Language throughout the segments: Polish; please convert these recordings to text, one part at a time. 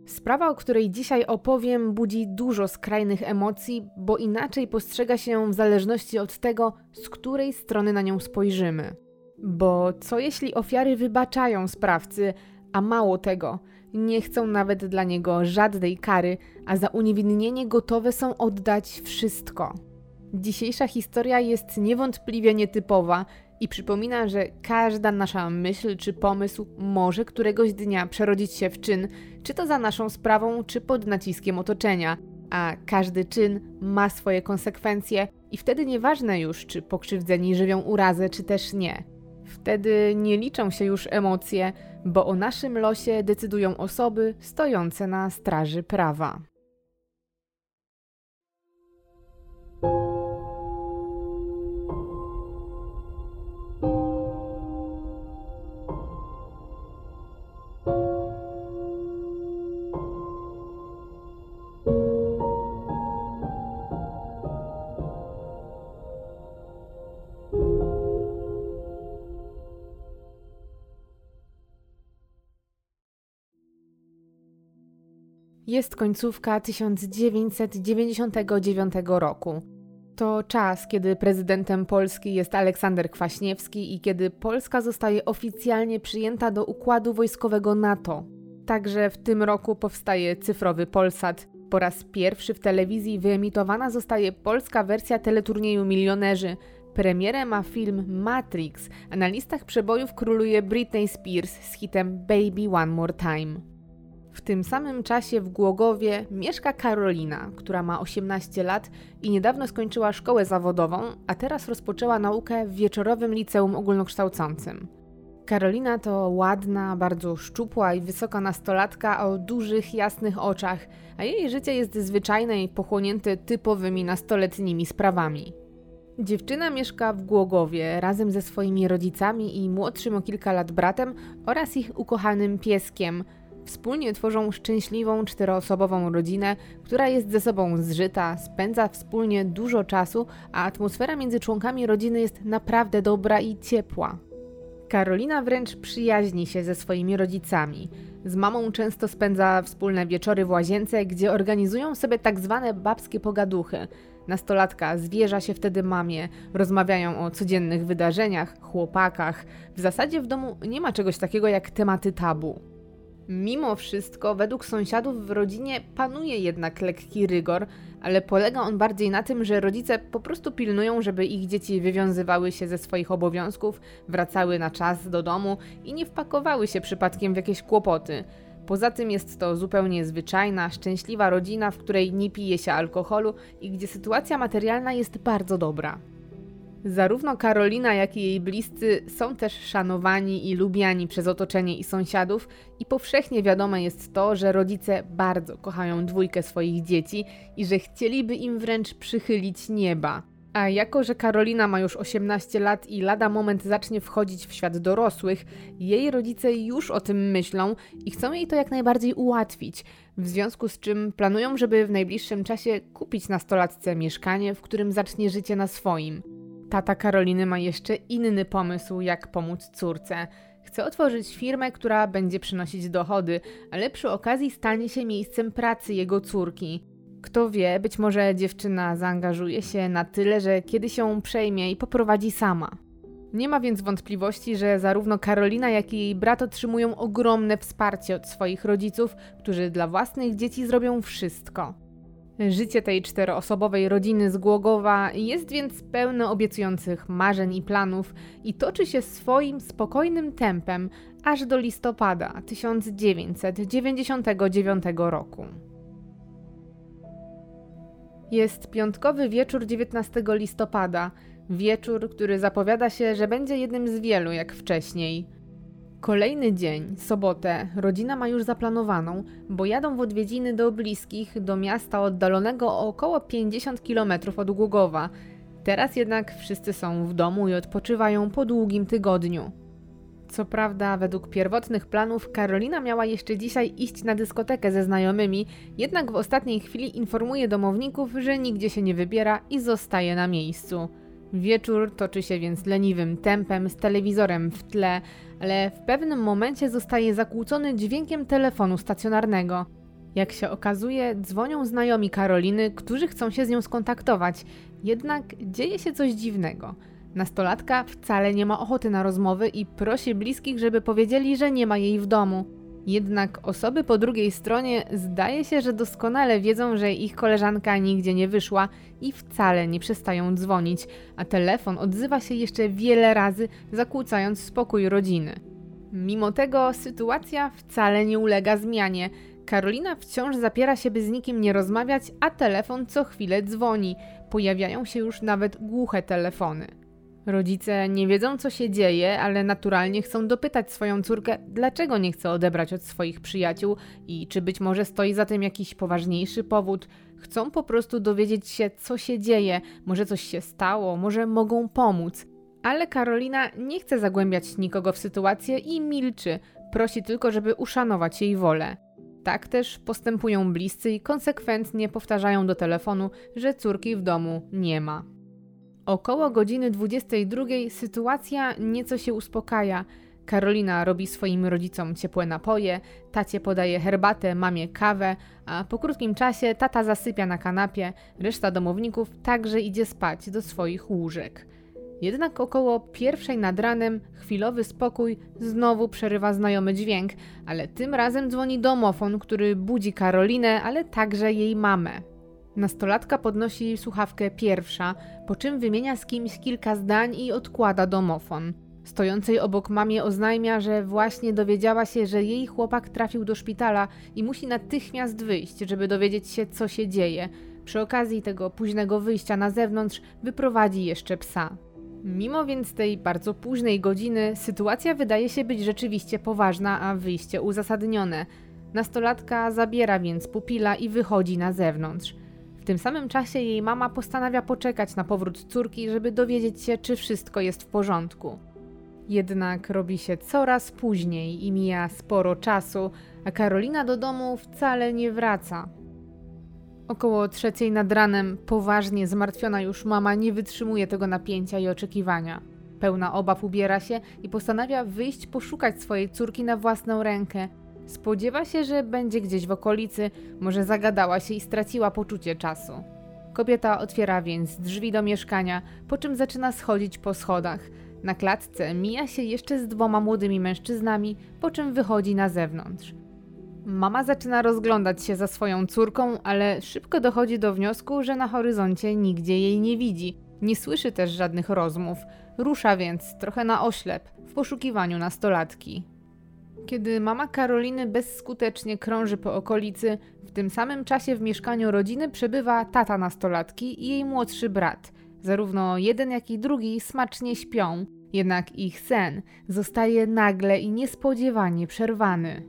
Sprawa, o której dzisiaj opowiem, budzi dużo skrajnych emocji, bo inaczej postrzega się ją w zależności od tego, z której strony na nią spojrzymy. Bo co jeśli ofiary wybaczają sprawcy, a mało tego, nie chcą nawet dla niego żadnej kary, a za uniewinnienie gotowe są oddać wszystko? Dzisiejsza historia jest niewątpliwie nietypowa i przypomina, że każda nasza myśl czy pomysł może któregoś dnia przerodzić się w czyn, czy to za naszą sprawą, czy pod naciskiem otoczenia, a każdy czyn ma swoje konsekwencje i wtedy nieważne już, czy pokrzywdzeni żywią urazę, czy też nie. Wtedy nie liczą się już emocje, bo o naszym losie decydują osoby stojące na straży prawa. Jest końcówka 1999 roku. To czas, kiedy prezydentem Polski jest Aleksander Kwaśniewski i kiedy Polska zostaje oficjalnie przyjęta do układu wojskowego NATO. Także w tym roku powstaje cyfrowy Polsat. Po raz pierwszy w telewizji wyemitowana zostaje polska wersja teleturnieju Milionerzy. Premierę ma film Matrix, a na listach przebojów króluje Britney Spears z hitem Baby One More Time. W tym samym czasie w Głogowie mieszka Karolina, która ma 18 lat i niedawno skończyła szkołę zawodową, a teraz rozpoczęła naukę w wieczorowym liceum ogólnokształcącym. Karolina to ładna, bardzo szczupła i wysoka nastolatka o dużych, jasnych oczach, a jej życie jest zwyczajne i pochłonięte typowymi nastoletnimi sprawami. Dziewczyna mieszka w Głogowie razem ze swoimi rodzicami i młodszym o kilka lat bratem oraz ich ukochanym pieskiem. Wspólnie tworzą szczęśliwą, 4-osobową rodzinę, która jest ze sobą zżyta, spędza wspólnie dużo czasu, a atmosfera między członkami rodziny jest naprawdę dobra i ciepła. Karolina wręcz przyjaźni się ze swoimi rodzicami. Z mamą często spędza wspólne wieczory w łazience, gdzie organizują sobie tak zwane babskie pogaduchy. Nastolatka zwierza się wtedy mamie, rozmawiają o codziennych wydarzeniach, chłopakach. W zasadzie w domu nie ma czegoś takiego jak tematy tabu. Mimo wszystko, według sąsiadów w rodzinie panuje jednak lekki rygor, ale polega on bardziej na tym, że rodzice po prostu pilnują, żeby ich dzieci wywiązywały się ze swoich obowiązków, wracały na czas do domu i nie wpakowały się przypadkiem w jakieś kłopoty. Poza tym jest to zupełnie zwyczajna, szczęśliwa rodzina, w której nie pije się alkoholu i gdzie sytuacja materialna jest bardzo dobra. Zarówno Karolina, jak i jej bliscy są też szanowani i lubiani przez otoczenie i sąsiadów i powszechnie wiadome jest to, że rodzice bardzo kochają dwójkę swoich dzieci i że chcieliby im wręcz przychylić nieba. A jako, że Karolina ma już 18 lat i lada moment zacznie wchodzić w świat dorosłych, jej rodzice już o tym myślą i chcą jej to jak najbardziej ułatwić, w związku z czym planują, żeby w najbliższym czasie kupić nastolatce mieszkanie, w którym zacznie życie na swoim. Tata Karoliny ma jeszcze inny pomysł, jak pomóc córce. Chce otworzyć firmę, która będzie przynosić dochody, ale przy okazji stanie się miejscem pracy jego córki. Kto wie, być może dziewczyna zaangażuje się na tyle, że kiedyś ją przejmie i poprowadzi sama. Nie ma więc wątpliwości, że zarówno Karolina, jak i jej brat otrzymują ogromne wsparcie od swoich rodziców, którzy dla własnych dzieci zrobią wszystko. Życie tej 4-osobowej rodziny z Głogowa jest więc pełne obiecujących marzeń i planów i toczy się swoim spokojnym tempem aż do listopada 1999 roku. Jest piątkowy wieczór 19 listopada, wieczór, który zapowiada się, że będzie jednym z wielu jak wcześniej. Kolejny dzień, sobotę, rodzina ma już zaplanowaną, bo jadą w odwiedziny do bliskich, do miasta oddalonego o około 50 km od Głogowa. Teraz jednak wszyscy są w domu i odpoczywają po długim tygodniu. Co prawda, według pierwotnych planów Karolina miała jeszcze dzisiaj iść na dyskotekę ze znajomymi, jednak w ostatniej chwili informuje domowników, że nigdzie się nie wybiera i zostaje na miejscu. Wieczór toczy się więc leniwym tempem z telewizorem w tle, ale w pewnym momencie zostaje zakłócony dźwiękiem telefonu stacjonarnego. Jak się okazuje, dzwonią znajomi Karoliny, którzy chcą się z nią skontaktować. Jednak dzieje się coś dziwnego. Nastolatka wcale nie ma ochoty na rozmowy i prosi bliskich, żeby powiedzieli, że nie ma jej w domu. Jednak osoby po drugiej stronie zdaje się, że doskonale wiedzą, że ich koleżanka nigdzie nie wyszła i wcale nie przestają dzwonić, a telefon odzywa się jeszcze wiele razy, zakłócając spokój rodziny. Mimo tego sytuacja wcale nie ulega zmianie. Karolina wciąż zapiera się, by z nikim nie rozmawiać, a telefon co chwilę dzwoni. Pojawiają się już nawet głuche telefony. Rodzice nie wiedzą, co się dzieje, ale naturalnie chcą dopytać swoją córkę, dlaczego nie chce odebrać od swoich przyjaciół i czy być może stoi za tym jakiś poważniejszy powód. Chcą po prostu dowiedzieć się, co się dzieje, może coś się stało, może mogą pomóc. Ale Karolina nie chce zagłębiać nikogo w sytuację i milczy, prosi tylko, żeby uszanować jej wolę. Tak też postępują bliscy i konsekwentnie powtarzają do telefonu, że córki w domu nie ma. Około godziny 22 sytuacja nieco się uspokaja. Karolina robi swoim rodzicom ciepłe napoje, tacie podaje herbatę, mamie kawę, a po krótkim czasie tata zasypia na kanapie, reszta domowników także idzie spać do swoich łóżek. Jednak około 1:00 nad ranem chwilowy spokój znowu przerywa znajomy dźwięk, ale tym razem dzwoni domofon, który budzi Karolinę, ale także jej mamę. Nastolatka podnosi słuchawkę pierwsza, po czym wymienia z kimś kilka zdań i odkłada domofon. Stojącej obok mamie oznajmia, że właśnie dowiedziała się, że jej chłopak trafił do szpitala i musi natychmiast wyjść, żeby dowiedzieć się, co się dzieje. Przy okazji tego późnego wyjścia na zewnątrz wyprowadzi jeszcze psa. Mimo więc tej bardzo późnej godziny sytuacja wydaje się być rzeczywiście poważna, a wyjście uzasadnione. Nastolatka zabiera więc pupila i wychodzi na zewnątrz. W tym samym czasie jej mama postanawia poczekać na powrót córki, żeby dowiedzieć się, czy wszystko jest w porządku. Jednak robi się coraz później i mija sporo czasu, a Karolina do domu wcale nie wraca. Około 3:00 nad ranem poważnie zmartwiona już mama nie wytrzymuje tego napięcia i oczekiwania. Pełna obaw ubiera się i postanawia wyjść poszukać swojej córki na własną rękę. Spodziewa się, że będzie gdzieś w okolicy, może zagadała się i straciła poczucie czasu. Kobieta otwiera więc drzwi do mieszkania, po czym zaczyna schodzić po schodach. Na klatce mija się jeszcze z 2 młodymi mężczyznami, po czym wychodzi na zewnątrz. Mama zaczyna rozglądać się za swoją córką, ale szybko dochodzi do wniosku, że na horyzoncie nigdzie jej nie widzi. Nie słyszy też żadnych rozmów. Rusza więc trochę na oślep w poszukiwaniu nastolatki. Kiedy mama Karoliny bezskutecznie krąży po okolicy, w tym samym czasie w mieszkaniu rodziny przebywa tata nastolatki i jej młodszy brat. Zarówno jeden, jak i drugi smacznie śpią, jednak ich sen zostaje nagle i niespodziewanie przerwany.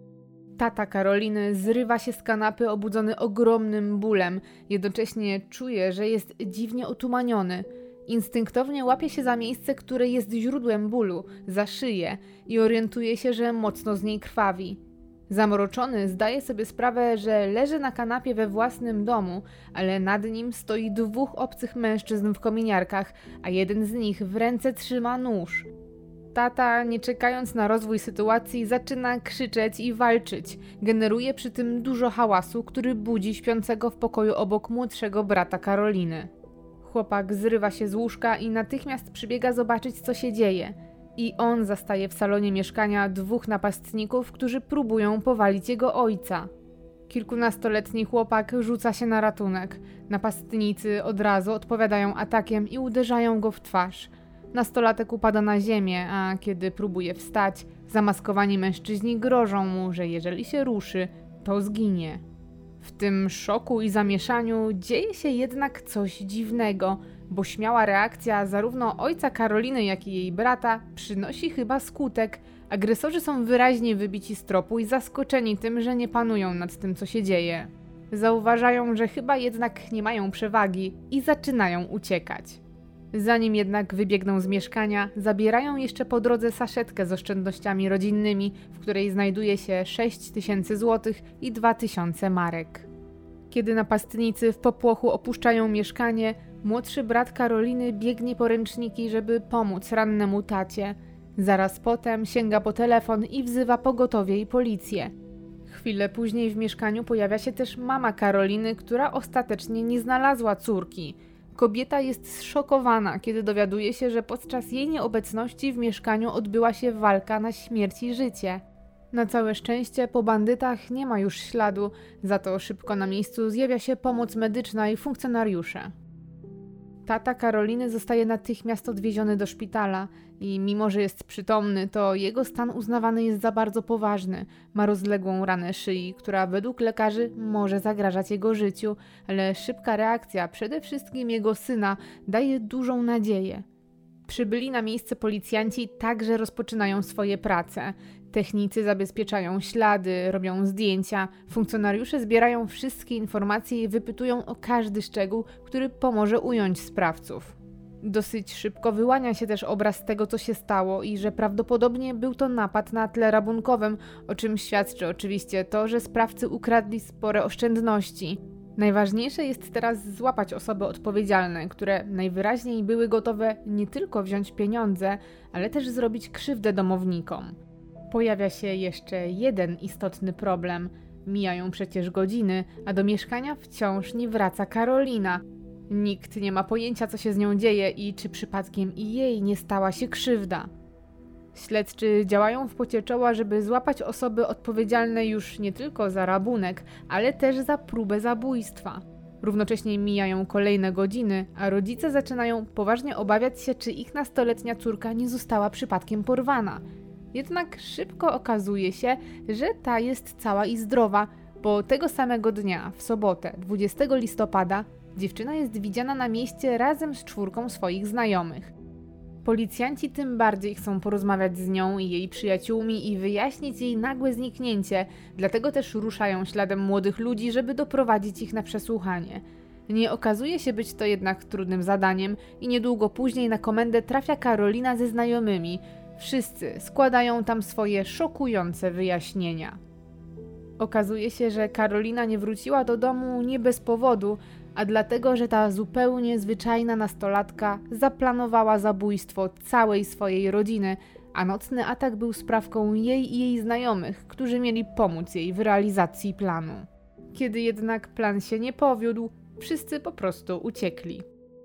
Tata Karoliny zrywa się z kanapy obudzony ogromnym bólem, jednocześnie czuje, że jest dziwnie otumaniony. Instynktownie łapie się za miejsce, które jest źródłem bólu, za szyję i orientuje się, że mocno z niej krwawi. Zamroczony zdaje sobie sprawę, że leży na kanapie we własnym domu, ale nad nim stoi 2 obcych mężczyzn w kominiarkach, a jeden z nich w ręce trzyma nóż. Tata, nie czekając na rozwój sytuacji, zaczyna krzyczeć i walczyć. Generuje przy tym dużo hałasu, który budzi śpiącego w pokoju obok młodszego brata Karoliny. Chłopak zrywa się z łóżka i natychmiast przybiega zobaczyć, co się dzieje. I on zastaje w salonie mieszkania 2 napastników, którzy próbują powalić jego ojca. Kilkunastoletni chłopak rzuca się na ratunek. Napastnicy od razu odpowiadają atakiem i uderzają go w twarz. Nastolatek upada na ziemię, a kiedy próbuje wstać, zamaskowani mężczyźni grożą mu, że jeżeli się ruszy, to zginie. W tym szoku i zamieszaniu dzieje się jednak coś dziwnego, bo śmiała reakcja zarówno ojca Karoliny, jak i jej brata przynosi chyba skutek. Agresorzy są wyraźnie wybici z tropu i zaskoczeni tym, że nie panują nad tym, co się dzieje. Zauważają, że chyba jednak nie mają przewagi i zaczynają uciekać. Zanim jednak wybiegną z mieszkania, zabierają jeszcze po drodze saszetkę z oszczędnościami rodzinnymi, w której znajduje się 6 000 złotych i 2000 marek. Kiedy napastnicy w popłochu opuszczają mieszkanie, młodszy brat Karoliny biegnie po ręczniki, żeby pomóc rannemu tacie. Zaraz potem sięga po telefon i wzywa pogotowie i policję. Chwilę później w mieszkaniu pojawia się też mama Karoliny, która ostatecznie nie znalazła córki. Kobieta jest zszokowana, kiedy dowiaduje się, że podczas jej nieobecności w mieszkaniu odbyła się walka na śmierć i życie. Na całe szczęście po bandytach nie ma już śladu, za to szybko na miejscu zjawia się pomoc medyczna i funkcjonariusze. Tata Karoliny zostaje natychmiast odwieziony do szpitala i mimo, że jest przytomny, to jego stan uznawany jest za bardzo poważny. Ma rozległą ranę szyi, która według lekarzy może zagrażać jego życiu, ale szybka reakcja, przede wszystkim jego syna, daje dużą nadzieję. Przybyli na miejsce policjanci także rozpoczynają swoje prace. Technicy zabezpieczają ślady, robią zdjęcia, funkcjonariusze zbierają wszystkie informacje i wypytują o każdy szczegół, który pomoże ująć sprawców. Dosyć szybko wyłania się też obraz tego, co się stało i że prawdopodobnie był to napad na tle rabunkowym, o czym świadczy oczywiście to, że sprawcy ukradli spore oszczędności. Najważniejsze jest teraz złapać osoby odpowiedzialne, które najwyraźniej były gotowe nie tylko wziąć pieniądze, ale też zrobić krzywdę domownikom. Pojawia się jeszcze jeden istotny problem. Mijają przecież godziny, a do mieszkania wciąż nie wraca Karolina. Nikt nie ma pojęcia, co się z nią dzieje i czy przypadkiem i jej nie stała się krzywda. Śledczy działają w pocie czoła, żeby złapać osoby odpowiedzialne już nie tylko za rabunek, ale też za próbę zabójstwa. Równocześnie mijają kolejne godziny, a rodzice zaczynają poważnie obawiać się, czy ich nastoletnia córka nie została przypadkiem porwana. Jednak szybko okazuje się, że ta jest cała i zdrowa, bo tego samego dnia, w sobotę, 20 listopada, dziewczyna jest widziana na mieście razem z 4 swoich znajomych. Policjanci tym bardziej chcą porozmawiać z nią i jej przyjaciółmi i wyjaśnić jej nagłe zniknięcie, dlatego też ruszają śladem młodych ludzi, żeby doprowadzić ich na przesłuchanie. Nie okazuje się być to jednak trudnym zadaniem i niedługo później na komendę trafia Karolina ze znajomymi. Wszyscy składają tam swoje szokujące wyjaśnienia. Okazuje się, że Karolina nie wróciła do domu nie bez powodu, a dlatego, że ta zupełnie zwyczajna nastolatka zaplanowała zabójstwo całej swojej rodziny, a nocny atak był sprawką jej i jej znajomych, którzy mieli pomóc jej w realizacji planu. Kiedy jednak plan się nie powiódł, wszyscy po prostu uciekli.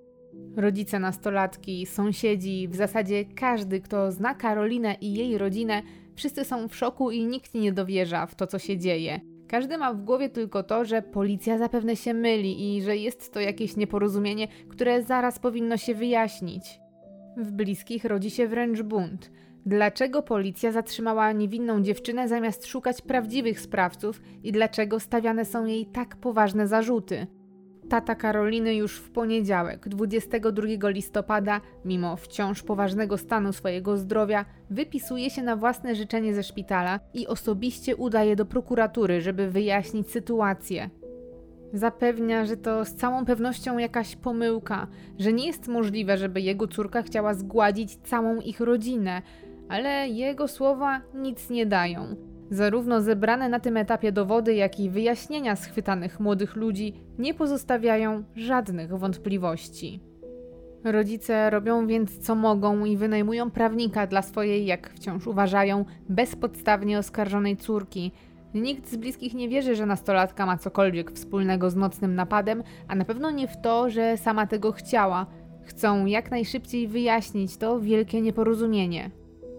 Rodzice nastolatki, sąsiedzi, w zasadzie każdy, kto zna Karolinę i jej rodzinę, wszyscy są w szoku i nikt nie dowierza w to, co się dzieje. Każdy ma w głowie tylko to, że policja zapewne się myli i że jest to jakieś nieporozumienie, które zaraz powinno się wyjaśnić. W bliskich rodzi się wręcz bunt. Dlaczego policja zatrzymała niewinną dziewczynę zamiast szukać prawdziwych sprawców i dlaczego stawiane są jej tak poważne zarzuty? Tata Karoliny już w poniedziałek, 22 listopada, mimo wciąż poważnego stanu swojego zdrowia, wypisuje się na własne życzenie ze szpitala i osobiście udaje do prokuratury, żeby wyjaśnić sytuację. Zapewnia, że to z całą pewnością jakaś pomyłka, że nie jest możliwe, żeby jego córka chciała zgładzić całą ich rodzinę, ale jego słowa nic nie dają. Zarówno zebrane na tym etapie dowody, jak i wyjaśnienia schwytanych młodych ludzi nie pozostawiają żadnych wątpliwości. Rodzice robią więc co mogą i wynajmują prawnika dla swojej, jak wciąż uważają, bezpodstawnie oskarżonej córki. Nikt z bliskich nie wierzy, że nastolatka ma cokolwiek wspólnego z nocnym napadem, a na pewno nie w to, że sama tego chciała. Chcą jak najszybciej wyjaśnić to wielkie nieporozumienie.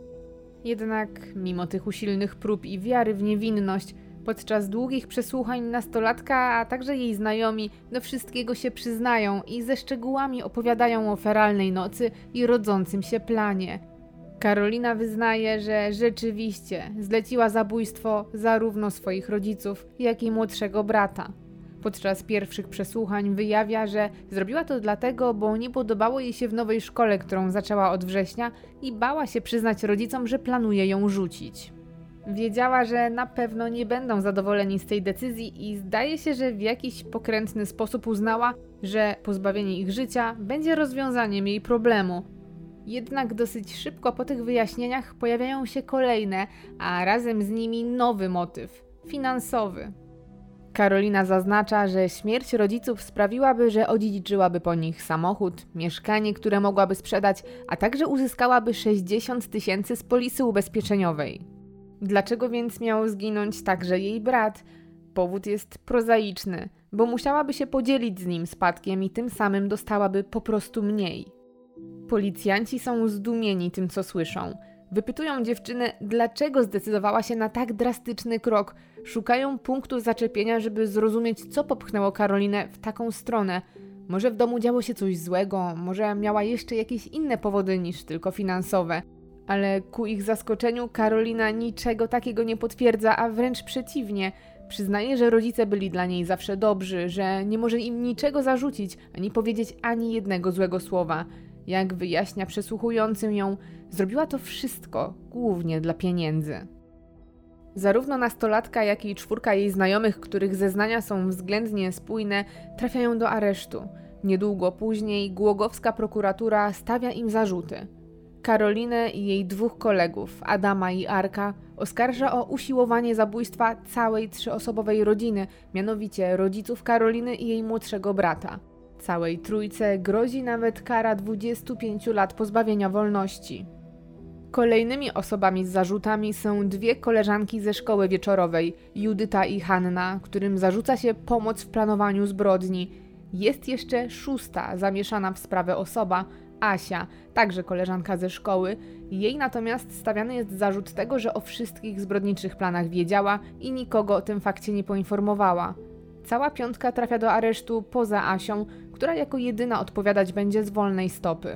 Jednak, mimo tych usilnych prób i wiary w niewinność, podczas długich przesłuchań nastolatka, a także jej znajomi do wszystkiego się przyznają i ze szczegółami opowiadają o feralnej nocy i rodzącym się planie. Karolina wyznaje, że rzeczywiście zleciła zabójstwo zarówno swoich rodziców, jak i młodszego brata. Podczas pierwszych przesłuchań wyjawia, że zrobiła to dlatego, bo nie podobało jej się w nowej szkole, którą zaczęła od września i bała się przyznać rodzicom, że planuje ją rzucić. Wiedziała, że na pewno nie będą zadowoleni z tej decyzji i zdaje się, że w jakiś pokrętny sposób uznała, że pozbawienie ich życia będzie rozwiązaniem jej problemu. Jednak dosyć szybko po tych wyjaśnieniach pojawiają się kolejne, a razem z nimi nowy motyw – finansowy. Karolina zaznacza, że śmierć rodziców sprawiłaby, że odziedziczyłaby po nich samochód, mieszkanie, które mogłaby sprzedać, a także uzyskałaby 60 000 z polisy ubezpieczeniowej. Dlaczego więc miał zginąć także jej brat? Powód jest prozaiczny, bo musiałaby się podzielić z nim spadkiem i tym samym dostałaby po prostu mniej. Policjanci są zdumieni tym, co słyszą. Wypytują dziewczynę, dlaczego zdecydowała się na tak drastyczny krok. Szukają punktu zaczepienia, żeby zrozumieć, co popchnęło Karolinę w taką stronę. Może w domu działo się coś złego, może miała jeszcze jakieś inne powody niż tylko finansowe. Ale ku ich zaskoczeniu Karolina niczego takiego nie potwierdza, a wręcz przeciwnie. Przyznaje, że rodzice byli dla niej zawsze dobrzy, że nie może im niczego zarzucić, ani powiedzieć ani jednego złego słowa. Jak wyjaśnia przesłuchującym ją, zrobiła to wszystko głównie dla pieniędzy. Zarówno nastolatka, jak i 4 jej znajomych, których zeznania są względnie spójne, trafiają do aresztu. Niedługo później głogowska prokuratura stawia im zarzuty. Karolinę i jej 2 kolegów, Adama i Arka, oskarża o usiłowanie zabójstwa całej 3-osobowej rodziny, mianowicie rodziców Karoliny i jej młodszego brata. Całej trójce grozi nawet kara 25 lat pozbawienia wolności. Kolejnymi osobami z zarzutami są 2 koleżanki ze szkoły wieczorowej, Judyta i Hanna, którym zarzuca się pomoc w planowaniu zbrodni. Jest jeszcze 6. zamieszana w sprawę osoba, Asia, także koleżanka ze szkoły. Jej natomiast stawiany jest zarzut tego, że o wszystkich zbrodniczych planach wiedziała i nikogo o tym fakcie nie poinformowała. Cała 5 trafia do aresztu poza Asią, która jako jedyna odpowiadać będzie z wolnej stopy.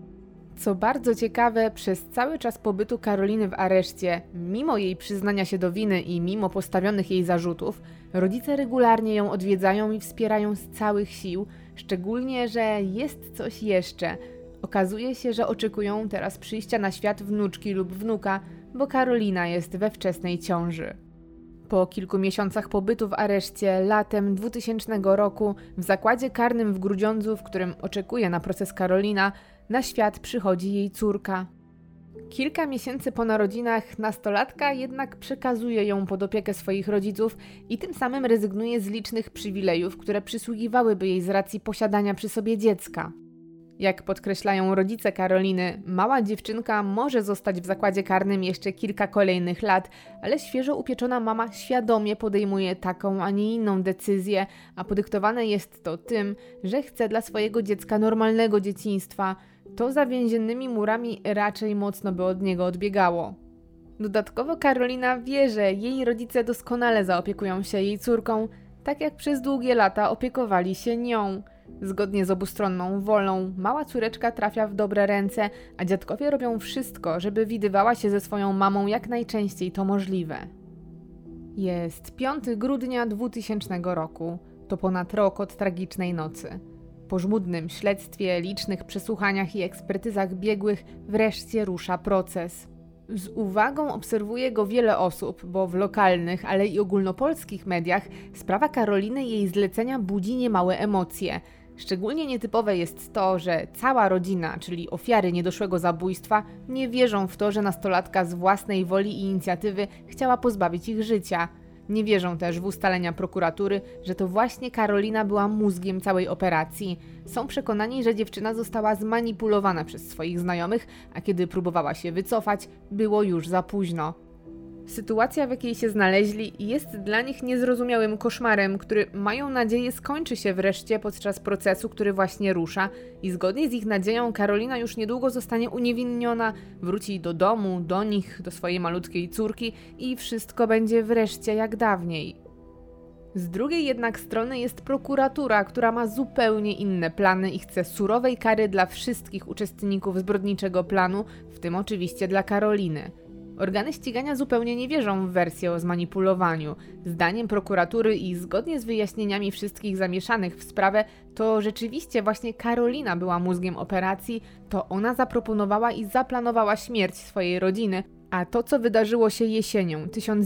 Co bardzo ciekawe, przez cały czas pobytu Karoliny w areszcie, mimo jej przyznania się do winy i mimo postawionych jej zarzutów, rodzice regularnie ją odwiedzają i wspierają z całych sił, szczególnie, że jest coś jeszcze. Okazuje się, że oczekują teraz przyjścia na świat wnuczki lub wnuka, bo Karolina jest we wczesnej ciąży. Po kilku miesiącach pobytu w areszcie latem 2000 roku w zakładzie karnym w Grudziądzu, w którym oczekuje na proces Karolina, na świat przychodzi jej córka. Kilka miesięcy po narodzinach nastolatka jednak przekazuje ją pod opiekę swoich rodziców i tym samym rezygnuje z licznych przywilejów, które przysługiwałyby jej z racji posiadania przy sobie dziecka. Jak podkreślają rodzice Karoliny, mała dziewczynka może zostać w zakładzie karnym jeszcze kilka kolejnych lat, ale świeżo upieczona mama świadomie podejmuje taką, a nie inną decyzję, a podyktowane jest to tym, że chce dla swojego dziecka normalnego dzieciństwa. To za więziennymi murami raczej mocno by od niego odbiegało. Dodatkowo Karolina wie, że jej rodzice doskonale zaopiekują się jej córką, tak jak przez długie lata opiekowali się nią. Zgodnie z obustronną wolą, mała córeczka trafia w dobre ręce, a dziadkowie robią wszystko, żeby widywała się ze swoją mamą jak najczęściej to możliwe. Jest 5 grudnia 2000 roku. To ponad rok od tragicznej nocy. Po żmudnym śledztwie, licznych przesłuchaniach i ekspertyzach biegłych wreszcie rusza proces. Z uwagą obserwuje go wiele osób, bo w lokalnych, ale i ogólnopolskich mediach sprawa Karoliny i jej zlecenia budzi niemałe emocje. Szczególnie nietypowe jest to, że cała rodzina, czyli ofiary niedoszłego zabójstwa, nie wierzą w to, że nastolatka z własnej woli i inicjatywy chciała pozbawić ich życia. Nie wierzą też w ustalenia prokuratury, że to właśnie Karolina była mózgiem całej operacji. Są przekonani, że dziewczyna została zmanipulowana przez swoich znajomych, a kiedy próbowała się wycofać, było już za późno. Sytuacja, w jakiej się znaleźli, jest dla nich niezrozumiałym koszmarem, który, mają nadzieję, skończy się wreszcie podczas procesu, który właśnie rusza i zgodnie z ich nadzieją Karolina już niedługo zostanie uniewinniona, wróci do domu, do nich, do swojej malutkiej córki i wszystko będzie wreszcie jak dawniej. Z drugiej jednak strony jest prokuratura, która ma zupełnie inne plany i chce surowej kary dla wszystkich uczestników zbrodniczego planu, w tym oczywiście dla Karoliny. Organy ścigania zupełnie nie wierzą w wersję o zmanipulowaniu. Zdaniem prokuratury i zgodnie z wyjaśnieniami wszystkich zamieszanych w sprawę, to rzeczywiście właśnie Karolina była mózgiem operacji, to ona zaproponowała i zaplanowała śmierć swojej rodziny, a to, co wydarzyło się jesienią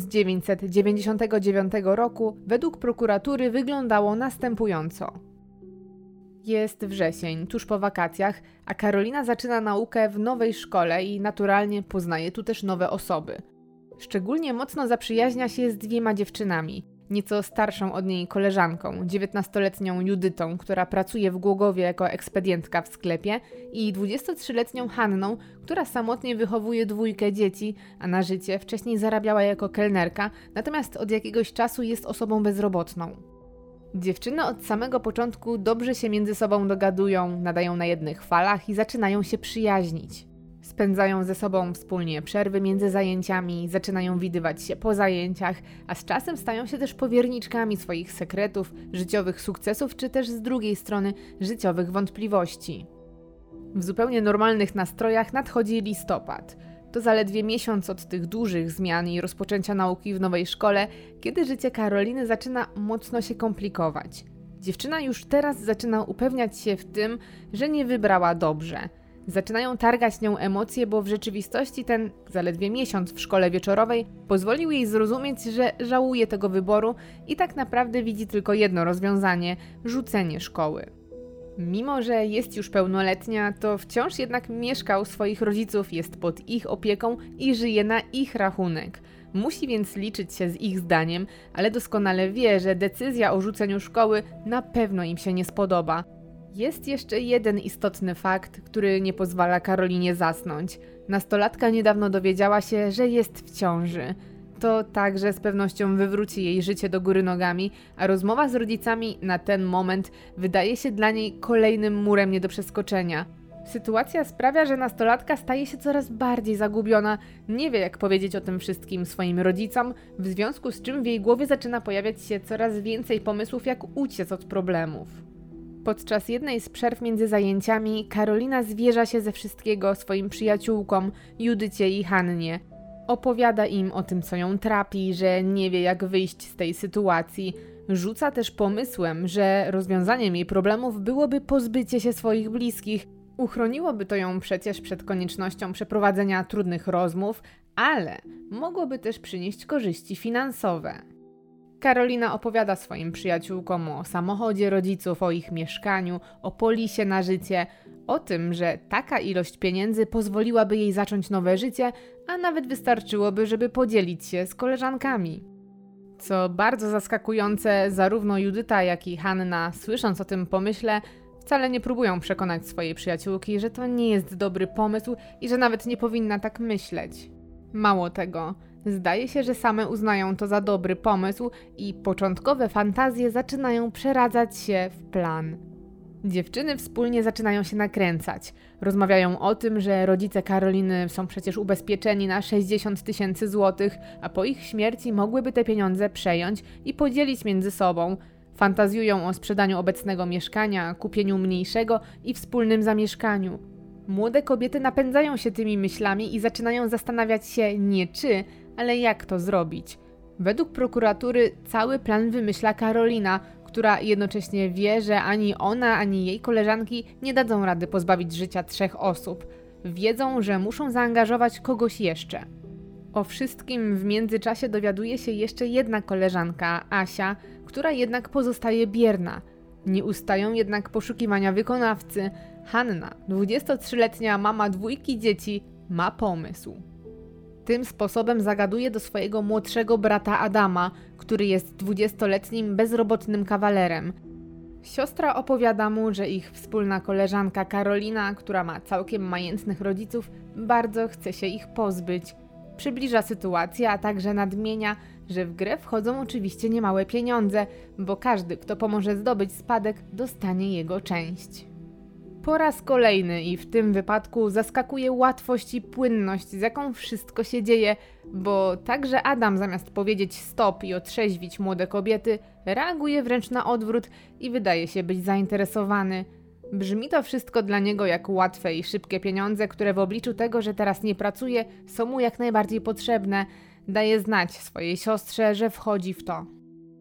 1999 roku, według prokuratury wyglądało następująco. Jest wrzesień, tuż po wakacjach, a Karolina zaczyna naukę w nowej szkole i naturalnie poznaje tu też nowe osoby. Szczególnie mocno zaprzyjaźnia się z 2 dziewczynami. nieco starszą od niej koleżanką, 19-letnią Judytą, która pracuje w Głogowie jako ekspedientka w sklepie, i 23-letnią Hanną, która samotnie wychowuje 2 dzieci, a na życie wcześniej zarabiała jako kelnerka, natomiast od jakiegoś czasu jest osobą bezrobotną. Dziewczyny od samego początku dobrze się między sobą dogadują, nadają na jednych falach i zaczynają się przyjaźnić. Spędzają ze sobą wspólnie przerwy między zajęciami, zaczynają widywać się po zajęciach, a z czasem stają się też powierniczkami swoich sekretów, życiowych sukcesów, czy też z drugiej strony życiowych wątpliwości. W zupełnie normalnych nastrojach nadchodzi listopad. To zaledwie miesiąc od tych dużych zmian i rozpoczęcia nauki w nowej szkole, kiedy życie Karoliny zaczyna mocno się komplikować. Dziewczyna już teraz zaczyna upewniać się w tym, że nie wybrała dobrze. Zaczynają targać nią emocje, bo w rzeczywistości ten zaledwie miesiąc w szkole wieczorowej pozwolił jej zrozumieć, że żałuje tego wyboru i tak naprawdę widzi tylko jedno rozwiązanie – rzucenie szkoły. Mimo że jest już pełnoletnia, to wciąż jednak mieszka u swoich rodziców, jest pod ich opieką i żyje na ich rachunek. Musi więc liczyć się z ich zdaniem, ale doskonale wie, że decyzja o rzuceniu szkoły na pewno im się nie spodoba. Jest jeszcze jeden istotny fakt, który nie pozwala Karolinie zasnąć. Nastolatka niedawno dowiedziała się, że jest w ciąży. To także z pewnością wywróci jej życie do góry nogami, a rozmowa z rodzicami na ten moment wydaje się dla niej kolejnym murem nie do przeskoczenia. Sytuacja sprawia, że nastolatka staje się coraz bardziej zagubiona, nie wie jak powiedzieć o tym wszystkim swoim rodzicom, w związku z czym w jej głowie zaczyna pojawiać się coraz więcej pomysłów, jak uciec od problemów. Podczas jednej z przerw między zajęciami Karolina zwierza się ze wszystkiego swoim przyjaciółkom, Judycie i Hannie. Opowiada im o tym, co ją trapi, że nie wie jak wyjść z tej sytuacji. Rzuca też pomysłem, że rozwiązaniem jej problemów byłoby pozbycie się swoich bliskich. Uchroniłoby to ją przecież przed koniecznością przeprowadzenia trudnych rozmów, ale mogłoby też przynieść korzyści finansowe. Karolina opowiada swoim przyjaciółkom o samochodzie rodziców, o ich mieszkaniu, o polisie na życie, o tym, że taka ilość pieniędzy pozwoliłaby jej zacząć nowe życie, a nawet wystarczyłoby, żeby podzielić się z koleżankami. Co bardzo zaskakujące, zarówno Judyta, jak i Hanna, słysząc o tym pomyśle, wcale nie próbują przekonać swojej przyjaciółki, że to nie jest dobry pomysł i że nawet nie powinna tak myśleć. Mało tego, zdaje się, że same uznają to za dobry pomysł i początkowe fantazje zaczynają przeradzać się w plan. Dziewczyny wspólnie zaczynają się nakręcać. Rozmawiają o tym, że rodzice Karoliny są przecież ubezpieczeni na 60 000 złotych, a po ich śmierci mogłyby te pieniądze przejąć i podzielić między sobą. Fantazjują o sprzedaniu obecnego mieszkania, kupieniu mniejszego i wspólnym zamieszkaniu. Młode kobiety napędzają się tymi myślami i zaczynają zastanawiać się nie czy, ale jak to zrobić. Według prokuratury cały plan wymyśla Karolina, która jednocześnie wie, że ani ona, ani jej koleżanki nie dadzą rady pozbawić życia 3 osób. Wiedzą, że muszą zaangażować kogoś jeszcze. O wszystkim w międzyczasie dowiaduje się jeszcze jedna koleżanka, Asia, która jednak pozostaje bierna. Nie ustają jednak poszukiwania wykonawcy. Hanna, 23-letnia mama 2 dzieci, ma pomysł. Tym sposobem zagaduje do swojego młodszego brata Adama, który jest 20-letnim bezrobotnym kawalerem. Siostra opowiada mu, że ich wspólna koleżanka Karolina, która ma całkiem majętnych rodziców, bardzo chce się ich pozbyć. Przybliża sytuację, a także nadmienia, że w grę wchodzą oczywiście niemałe pieniądze, bo każdy, kto pomoże zdobyć spadek, dostanie jego część. Po raz kolejny i w tym wypadku zaskakuje łatwość i płynność, z jaką wszystko się dzieje, bo także Adam zamiast powiedzieć stop i otrzeźwić młode kobiety, reaguje wręcz na odwrót i wydaje się być zainteresowany. Brzmi to wszystko dla niego jak łatwe i szybkie pieniądze, które w obliczu tego, że teraz nie pracuje, są mu jak najbardziej potrzebne. Daje znać swojej siostrze, że wchodzi w to.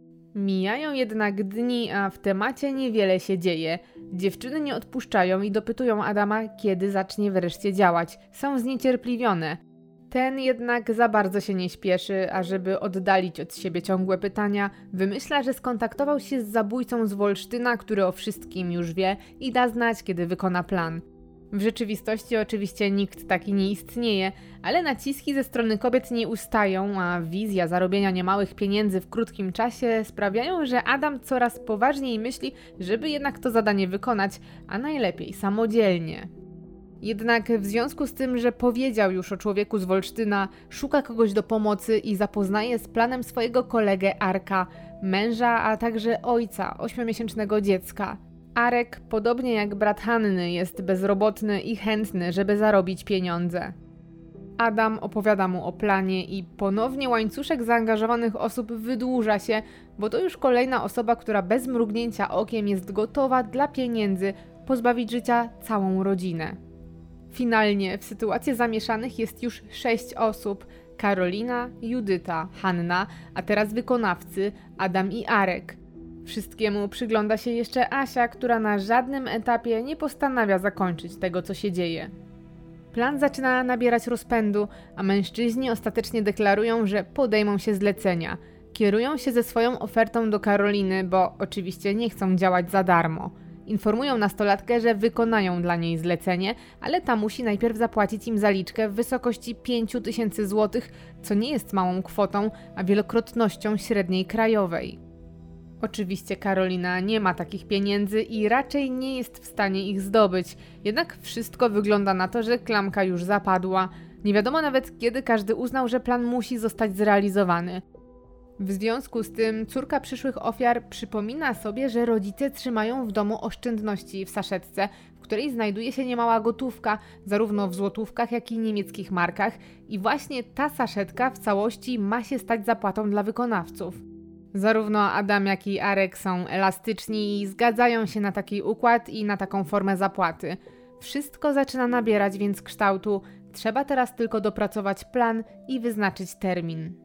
Mijają jednak dni, a w temacie niewiele się dzieje. Dziewczyny nie odpuszczają i dopytują Adama, kiedy zacznie wreszcie działać. Są zniecierpliwione. Ten jednak za bardzo się nie śpieszy, a żeby oddalić od siebie ciągłe pytania, wymyśla, że skontaktował się z zabójcą z Wolsztyna, który o wszystkim już wie i da znać, kiedy wykona plan. W rzeczywistości oczywiście nikt taki nie istnieje, ale naciski ze strony kobiet nie ustają, a wizja zarobienia niemałych pieniędzy w krótkim czasie sprawiają, że Adam coraz poważniej myśli, żeby jednak to zadanie wykonać, a najlepiej samodzielnie. Jednak w związku z tym, że powiedział już o człowieku z Wolsztyna, szuka kogoś do pomocy i zapoznaje z planem swojego kolegę Arka, męża, a także ojca 8-miesięcznego dziecka. Arek, podobnie jak brat Hanny, jest bezrobotny i chętny, żeby zarobić pieniądze. Adam opowiada mu o planie i ponownie łańcuszek zaangażowanych osób wydłuża się, bo to już kolejna osoba, która bez mrugnięcia okiem jest gotowa dla pieniędzy pozbawić życia całą rodzinę. Finalnie w sytuacji zamieszanych jest już 6 osób: Karolina, Judyta, Hanna, a teraz wykonawcy Adam i Arek. Wszystkiemu przygląda się jeszcze Asia, która na żadnym etapie nie postanawia zakończyć tego, co się dzieje. Plan zaczyna nabierać rozpędu, a mężczyźni ostatecznie deklarują, że podejmą się zlecenia. Kierują się ze swoją ofertą do Karoliny, bo oczywiście nie chcą działać za darmo. Informują nastolatkę, że wykonają dla niej zlecenie, ale ta musi najpierw zapłacić im zaliczkę w wysokości 5000 zł, co nie jest małą kwotą, a wielokrotnością średniej krajowej. Oczywiście Karolina nie ma takich pieniędzy i raczej nie jest w stanie ich zdobyć, jednak wszystko wygląda na to, że klamka już zapadła. Nie wiadomo nawet, kiedy każdy uznał, że plan musi zostać zrealizowany. W związku z tym córka przyszłych ofiar przypomina sobie, że rodzice trzymają w domu oszczędności w saszetce, w której znajduje się niemała gotówka, zarówno w złotówkach, jak i niemieckich markach, i właśnie ta saszetka w całości ma się stać zapłatą dla wykonawców. Zarówno Adam, jak i Arek są elastyczni i zgadzają się na taki układ i na taką formę zapłaty. Wszystko zaczyna nabierać więc kształtu, trzeba teraz tylko dopracować plan i wyznaczyć termin.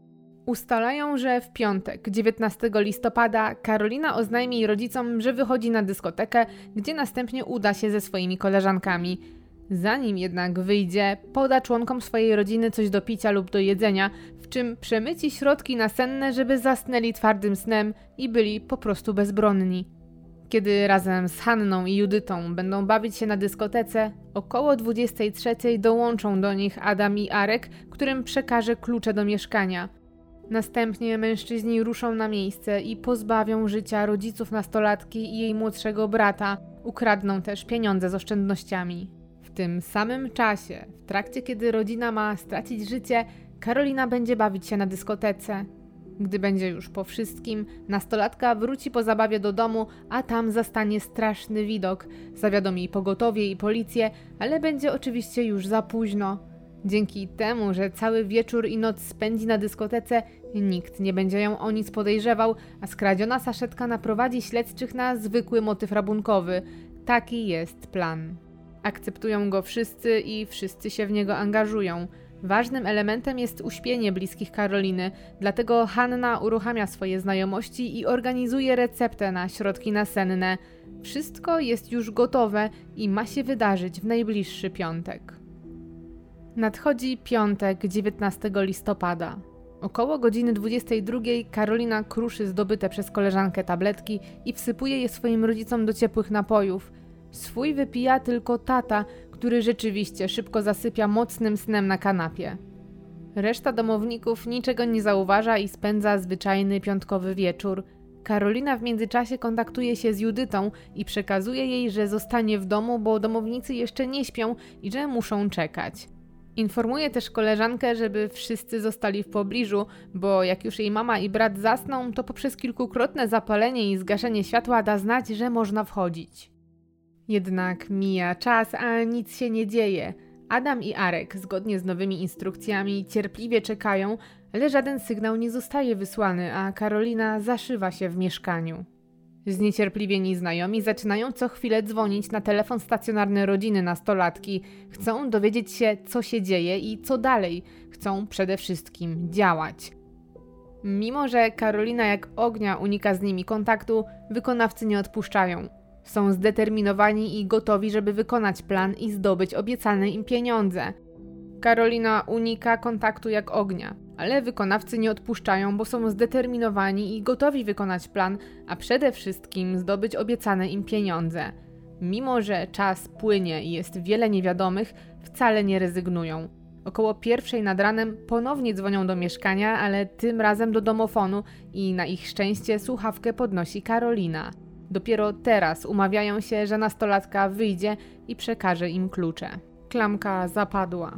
Ustalają, że w piątek, 19 listopada, Karolina oznajmi rodzicom, że wychodzi na dyskotekę, gdzie następnie uda się ze swoimi koleżankami. Zanim jednak wyjdzie, poda członkom swojej rodziny coś do picia lub do jedzenia, w czym przemyci środki nasenne, żeby zasnęli twardym snem i byli po prostu bezbronni. Kiedy razem z Hanną i Judytą będą bawić się na dyskotece, około 23:00 dołączą do nich Adam i Arek, którym przekaże klucze do mieszkania. Następnie mężczyźni ruszą na miejsce i pozbawią życia rodziców nastolatki i jej młodszego brata, ukradną też pieniądze z oszczędnościami. W tym samym czasie, w trakcie kiedy rodzina ma stracić życie, Karolina będzie bawić się na dyskotece. Gdy będzie już po wszystkim, nastolatka wróci po zabawie do domu, a tam zastanie straszny widok. Zawiadomi pogotowie i policję, ale będzie oczywiście już za późno. Dzięki temu, że cały wieczór i noc spędzi na dyskotece, nikt nie będzie ją o nic podejrzewał, a skradziona saszetka naprowadzi śledczych na zwykły motyw rabunkowy. Taki jest plan. Akceptują go wszyscy i wszyscy się w niego angażują. Ważnym elementem jest uśpienie bliskich Karoliny, dlatego Hanna uruchamia swoje znajomości i organizuje receptę na środki nasenne. Wszystko jest już gotowe i ma się wydarzyć w najbliższy piątek. Nadchodzi piątek, 19 listopada. Około godziny 22:00 Karolina kruszy zdobyte przez koleżankę tabletki i wsypuje je swoim rodzicom do ciepłych napojów. Swój wypija tylko tata, który rzeczywiście szybko zasypia mocnym snem na kanapie. Reszta domowników niczego nie zauważa i spędza zwyczajny piątkowy wieczór. Karolina w międzyczasie kontaktuje się z Judytą i przekazuje jej, że zostanie w domu, bo domownicy jeszcze nie śpią i że muszą czekać. Informuje też koleżankę, żeby wszyscy zostali w pobliżu, bo jak już jej mama i brat zasną, to poprzez kilkukrotne zapalenie i zgaszenie światła da znać, że można wchodzić. Jednak mija czas, a nic się nie dzieje. Adam i Arek, zgodnie z nowymi instrukcjami, cierpliwie czekają, ale żaden sygnał nie zostaje wysłany, a Karolina zaszywa się w mieszkaniu. Zniecierpliwieni znajomi zaczynają co chwilę dzwonić na telefon stacjonarny rodziny nastolatki. Chcą dowiedzieć się, co się dzieje i co dalej. Chcą przede wszystkim działać. Mimo że Karolina jak ognia unika z nimi kontaktu, wykonawcy nie odpuszczają. Są zdeterminowani i gotowi, żeby wykonać plan i zdobyć obiecane im pieniądze. Karolina unika kontaktu jak ognia, ale wykonawcy nie odpuszczają, bo są zdeterminowani i gotowi wykonać plan, a przede wszystkim zdobyć obiecane im pieniądze. Mimo że czas płynie i jest wiele niewiadomych, wcale nie rezygnują. Około 1:00 nad ranem ponownie dzwonią do mieszkania, ale tym razem do domofonu i na ich szczęście słuchawkę podnosi Karolina. Dopiero teraz umawiają się, że nastolatka wyjdzie i przekaże im klucze. Klamka zapadła.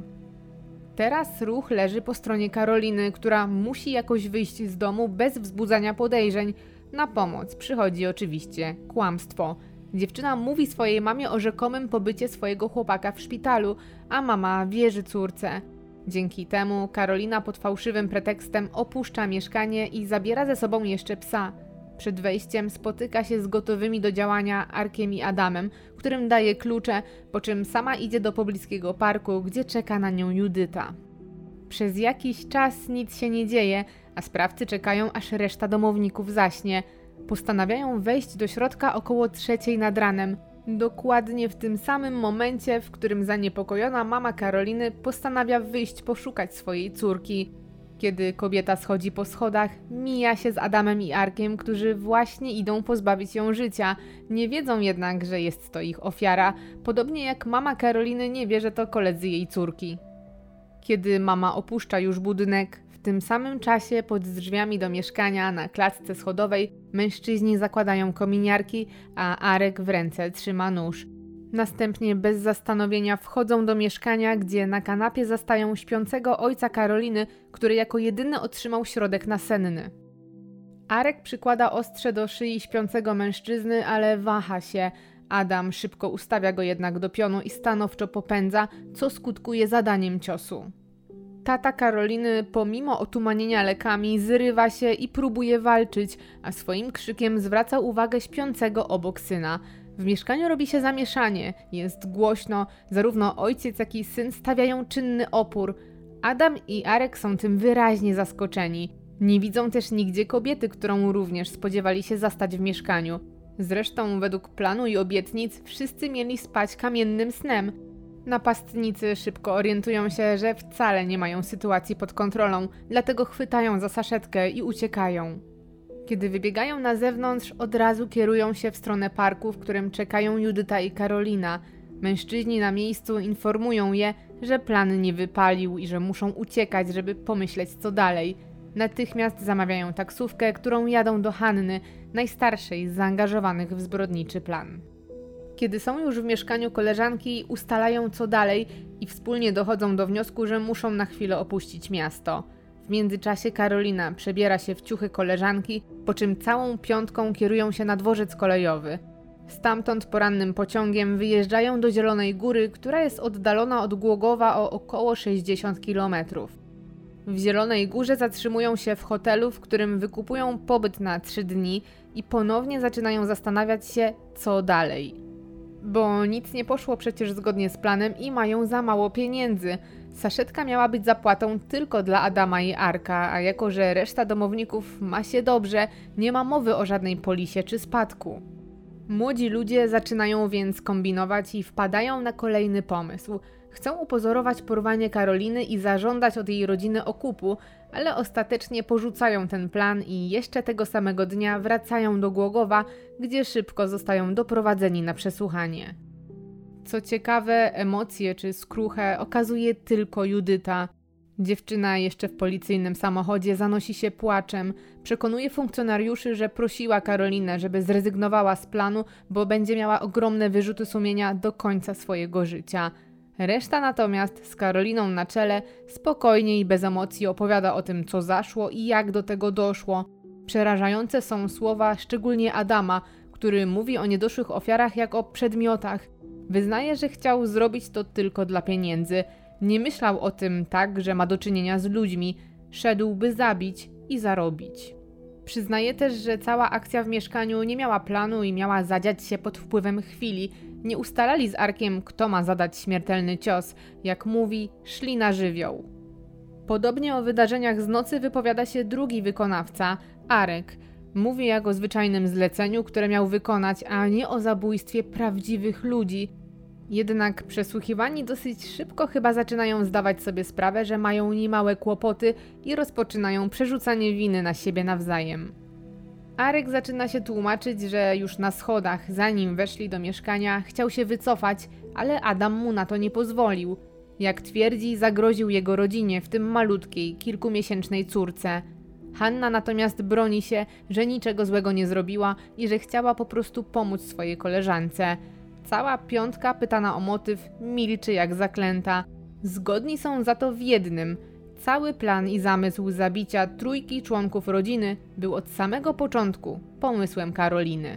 Teraz ruch leży po stronie Karoliny, która musi jakoś wyjść z domu bez wzbudzania podejrzeń. Na pomoc przychodzi oczywiście kłamstwo. Dziewczyna mówi swojej mamie o rzekomym pobycie swojego chłopaka w szpitalu, a mama wierzy córce. Dzięki temu Karolina pod fałszywym pretekstem opuszcza mieszkanie i zabiera ze sobą jeszcze psa. Przed wejściem spotyka się z gotowymi do działania Arkiem i Adamem, którym daje klucze, po czym sama idzie do pobliskiego parku, gdzie czeka na nią Judyta. Przez jakiś czas nic się nie dzieje, a sprawcy czekają, aż reszta domowników zaśnie. Postanawiają wejść do środka około 3:00 nad ranem. Dokładnie w tym samym momencie, w którym zaniepokojona mama Karoliny postanawia wyjść poszukać swojej córki. Kiedy kobieta schodzi po schodach, mija się z Adamem i Arkiem, którzy właśnie idą pozbawić ją życia. Nie wiedzą jednak, że jest to ich ofiara, podobnie jak mama Karoliny nie wie, że to koledzy jej córki. Kiedy mama opuszcza już budynek, w tym samym czasie pod drzwiami do mieszkania na klatce schodowej mężczyźni zakładają kominiarki, a Arek w ręce trzyma nóż. Następnie bez zastanowienia wchodzą do mieszkania, gdzie na kanapie zastają śpiącego ojca Karoliny, który jako jedyny otrzymał środek nasenny. Arek przykłada ostrze do szyi śpiącego mężczyzny, ale waha się. Adam szybko ustawia go jednak do pionu i stanowczo popędza, co skutkuje zadaniem ciosu. Tata Karoliny, pomimo otumanienia lekami, zrywa się i próbuje walczyć, a swoim krzykiem zwraca uwagę śpiącego obok syna. W mieszkaniu robi się zamieszanie, jest głośno, zarówno ojciec, jak i syn stawiają czynny opór. Adam i Arek są tym wyraźnie zaskoczeni. Nie widzą też nigdzie kobiety, którą również spodziewali się zastać w mieszkaniu. Zresztą według planu i obietnic wszyscy mieli spać kamiennym snem. Napastnicy szybko orientują się, że wcale nie mają sytuacji pod kontrolą, dlatego chwytają za saszetkę i uciekają. Kiedy wybiegają na zewnątrz, od razu kierują się w stronę parku, w którym czekają Judyta i Karolina. Mężczyźni na miejscu informują je, że plan nie wypalił i że muszą uciekać, żeby pomyśleć co dalej. Natychmiast zamawiają taksówkę, którą jadą do Hanny, najstarszej z zaangażowanych w zbrodniczy plan. Kiedy są już w mieszkaniu koleżanki, ustalają co dalej i wspólnie dochodzą do wniosku, że muszą na chwilę opuścić miasto. W międzyczasie Karolina przebiera się w ciuchy koleżanki, po czym całą piątką kierują się na dworzec kolejowy. Stamtąd porannym pociągiem wyjeżdżają do Zielonej Góry, która jest oddalona od Głogowa o około 60 km. W Zielonej Górze zatrzymują się w hotelu, w którym wykupują pobyt na 3 dni i ponownie zaczynają zastanawiać się, co dalej. Bo nic nie poszło przecież zgodnie z planem i mają za mało pieniędzy. Saszetka miała być zapłatą tylko dla Adama i Arka, a jako że reszta domowników ma się dobrze, nie ma mowy o żadnej polisie czy spadku. Młodzi ludzie zaczynają więc kombinować i wpadają na kolejny pomysł. Chcą upozorować porwanie Karoliny i zażądać od jej rodziny okupu, ale ostatecznie porzucają ten plan i jeszcze tego samego dnia wracają do Głogowa, gdzie szybko zostają doprowadzeni na przesłuchanie. Co ciekawe, emocje czy skruchę okazuje tylko Judyta. Dziewczyna jeszcze w policyjnym samochodzie zanosi się płaczem, przekonuje funkcjonariuszy, że prosiła Karolinę, żeby zrezygnowała z planu, bo będzie miała ogromne wyrzuty sumienia do końca swojego życia. Reszta natomiast z Karoliną na czele spokojnie i bez emocji opowiada o tym, co zaszło i jak do tego doszło. Przerażające są słowa szczególnie Adama, który mówi o niedoszłych ofiarach jak o przedmiotach. Wyznaje, że chciał zrobić to tylko dla pieniędzy. Nie myślał o tym tak, że ma do czynienia z ludźmi. Szedł, by zabić i zarobić. Przyznaje też, że cała akcja w mieszkaniu nie miała planu i miała zadziać się pod wpływem chwili. Nie ustalali z Arkiem, kto ma zadać śmiertelny cios. Jak mówi, szli na żywioł. Podobnie o wydarzeniach z nocy wypowiada się drugi wykonawca, Arek. Mówi jak o zwyczajnym zleceniu, które miał wykonać, a nie o zabójstwie prawdziwych ludzi. Jednak przesłuchiwani dosyć szybko chyba zaczynają zdawać sobie sprawę, że mają niemałe kłopoty i rozpoczynają przerzucanie winy na siebie nawzajem. Arek zaczyna się tłumaczyć, że już na schodach, zanim weszli do mieszkania, chciał się wycofać, ale Adam mu na to nie pozwolił. Jak twierdzi, zagroził jego rodzinie, w tym malutkiej, kilkumiesięcznej córce. Hanna natomiast broni się, że niczego złego nie zrobiła i że chciała po prostu pomóc swojej koleżance. Cała piątka, pytana o motyw, milczy jak zaklęta. Zgodni są za to w jednym. Cały plan i zamysł zabicia trójki członków rodziny był od samego początku pomysłem Karoliny.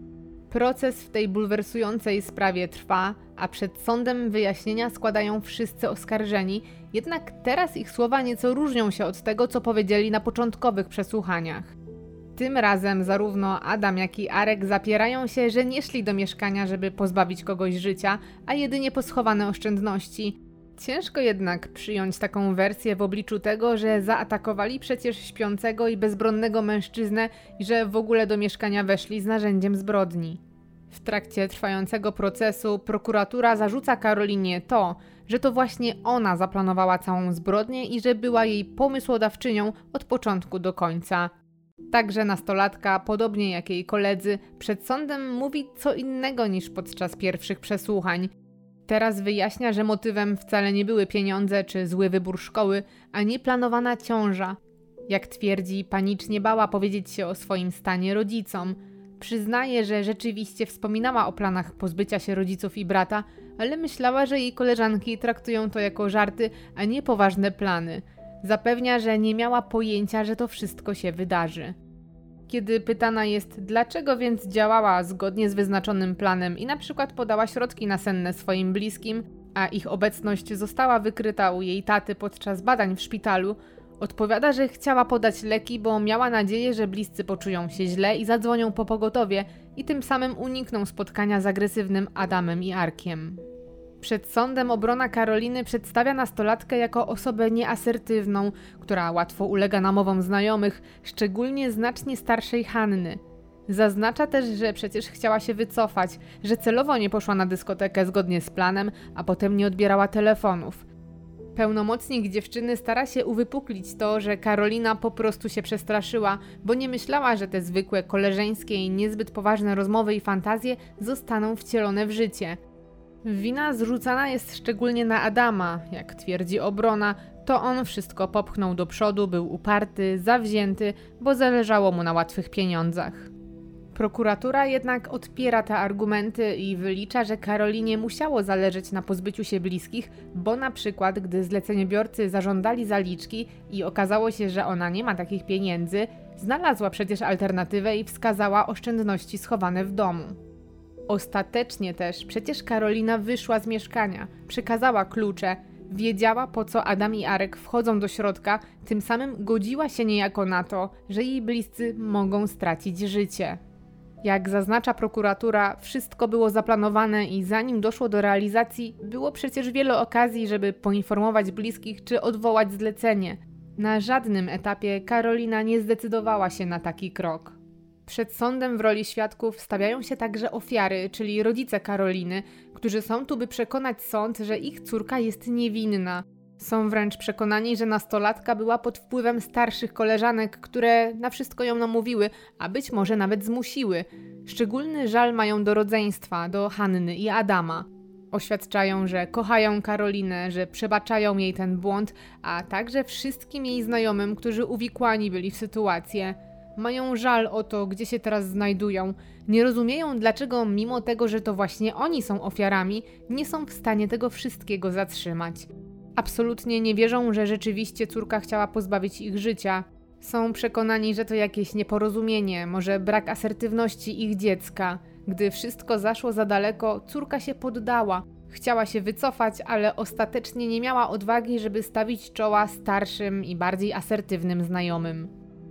Proces w tej bulwersującej sprawie trwa, a przed sądem wyjaśnienia składają wszyscy oskarżeni, jednak teraz ich słowa nieco różnią się od tego, co powiedzieli na początkowych przesłuchaniach. Tym razem zarówno Adam, jak i Arek zapierają się, że nie szli do mieszkania, żeby pozbawić kogoś życia, a jedynie po schowane oszczędności. Ciężko jednak przyjąć taką wersję w obliczu tego, że zaatakowali przecież śpiącego i bezbronnego mężczyznę i że w ogóle do mieszkania weszli z narzędziem zbrodni. W trakcie trwającego procesu prokuratura zarzuca Karolinie to, że to właśnie ona zaplanowała całą zbrodnię i że była jej pomysłodawczynią od początku do końca. Także nastolatka, podobnie jak jej koledzy, przed sądem mówi co innego niż podczas pierwszych przesłuchań. Teraz wyjaśnia, że motywem wcale nie były pieniądze czy zły wybór szkoły, a nieplanowana ciąża. Jak twierdzi, panicznie bała powiedzieć się o swoim stanie rodzicom. Przyznaje, że rzeczywiście wspominała o planach pozbycia się rodziców i brata, ale myślała, że jej koleżanki traktują to jako żarty, a nie poważne plany. Zapewnia, że nie miała pojęcia, że to wszystko się wydarzy. Kiedy pytana jest, dlaczego więc działała zgodnie z wyznaczonym planem i na przykład podała środki nasenne swoim bliskim, a ich obecność została wykryta u jej taty podczas badań w szpitalu, odpowiada, że chciała podać leki, bo miała nadzieję, że bliscy poczują się źle i zadzwonią po pogotowie i tym samym unikną spotkania z agresywnym Adamem i Arkiem. Przed sądem obrona Karoliny przedstawia nastolatkę jako osobę nieasertywną, która łatwo ulega namowom znajomych, szczególnie znacznie starszej Hanny. Zaznacza też, że przecież chciała się wycofać, że celowo nie poszła na dyskotekę zgodnie z planem, a potem nie odbierała telefonów. Pełnomocnik dziewczyny stara się uwypuklić to, że Karolina po prostu się przestraszyła, bo nie myślała, że te zwykłe koleżeńskie i niezbyt poważne rozmowy i fantazje zostaną wcielone w życie. Wina zrzucana jest szczególnie na Adama, jak twierdzi obrona, to on wszystko popchnął do przodu, był uparty, zawzięty, bo zależało mu na łatwych pieniądzach. Prokuratura jednak odpiera te argumenty i wylicza, że Karolinie musiało zależeć na pozbyciu się bliskich, bo na przykład gdy zleceniobiorcy zażądali zaliczki i okazało się, że ona nie ma takich pieniędzy, znalazła przecież alternatywę i wskazała oszczędności schowane w domu. Ostatecznie też przecież Karolina wyszła z mieszkania, przekazała klucze, wiedziała po co Adam i Arek wchodzą do środka, tym samym godziła się niejako na to, że jej bliscy mogą stracić życie. Jak zaznacza prokuratura, wszystko było zaplanowane i zanim doszło do realizacji, było przecież wiele okazji, żeby poinformować bliskich czy odwołać zlecenie. Na żadnym etapie Karolina nie zdecydowała się na taki krok. Przed sądem w roli świadków stawiają się także ofiary, czyli rodzice Karoliny, którzy są tu, by przekonać sąd, że ich córka jest niewinna. Są wręcz przekonani, że nastolatka była pod wpływem starszych koleżanek, które na wszystko ją namówiły, a być może nawet zmusiły. Szczególny żal mają do rodzeństwa, do Hanny i Adama. Oświadczają, że kochają Karolinę, że przebaczają jej ten błąd, a także wszystkim jej znajomym, którzy uwikłani byli w sytuację. Mają żal o to, gdzie się teraz znajdują. Nie rozumieją, dlaczego mimo tego, że to właśnie oni są ofiarami, nie są w stanie tego wszystkiego zatrzymać. Absolutnie nie wierzą, że rzeczywiście córka chciała pozbawić ich życia. Są przekonani, że to jakieś nieporozumienie, może brak asertywności ich dziecka. Gdy wszystko zaszło za daleko, córka się poddała. Chciała się wycofać, ale ostatecznie nie miała odwagi, żeby stawić czoła starszym i bardziej asertywnym znajomym.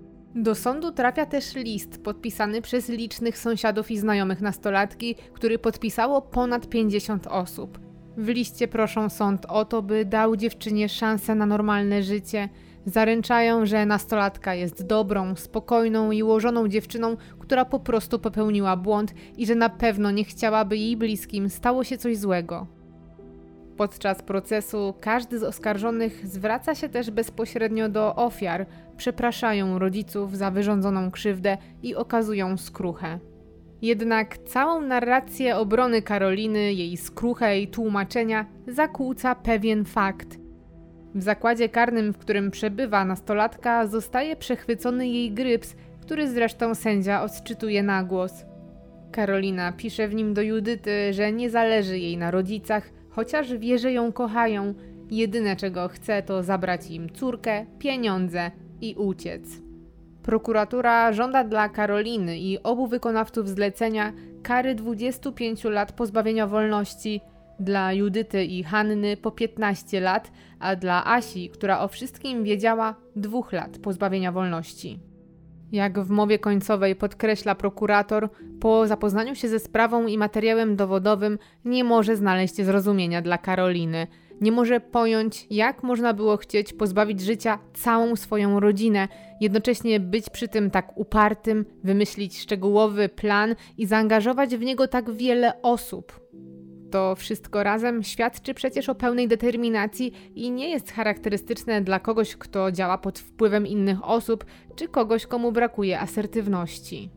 Do sądu trafia też list podpisany przez licznych sąsiadów i znajomych nastolatki, który podpisało ponad 50 osób. W liście proszą sąd o to, by dał dziewczynie szansę na normalne życie. Zaręczają, że nastolatka jest dobrą, spokojną i ułożoną dziewczyną, która po prostu popełniła błąd i że na pewno nie chciałaby jej bliskim stało się coś złego. Podczas procesu każdy z oskarżonych zwraca się też bezpośrednio do ofiar, przepraszają rodziców za wyrządzoną krzywdę i okazują skruchę. Jednak całą narrację obrony Karoliny, jej skruchę i tłumaczenia zakłóca pewien fakt. W zakładzie karnym, w którym przebywa nastolatka, zostaje przechwycony jej gryps, który zresztą sędzia odczytuje na głos. Karolina pisze w nim do Judyty, że nie zależy jej na rodzicach, chociaż wie, że ją kochają. Jedyne, czego chce, to zabrać im córkę, pieniądze i uciec. Prokuratura żąda dla Karoliny i obu wykonawców zlecenia kary 25 lat pozbawienia wolności, dla Judyty i Hanny po 15 lat, a dla Asi, która o wszystkim wiedziała, 2 lat pozbawienia wolności. Jak w mowie końcowej podkreśla prokurator, po zapoznaniu się ze sprawą i materiałem dowodowym nie może znaleźć zrozumienia dla Karoliny. Nie może pojąć, jak można było chcieć pozbawić życia całą swoją rodzinę, jednocześnie być przy tym tak upartym, wymyślić szczegółowy plan i zaangażować w niego tak wiele osób. To wszystko razem świadczy przecież o pełnej determinacji i nie jest charakterystyczne dla kogoś, kto działa pod wpływem innych osób, czy kogoś, komu brakuje asertywności.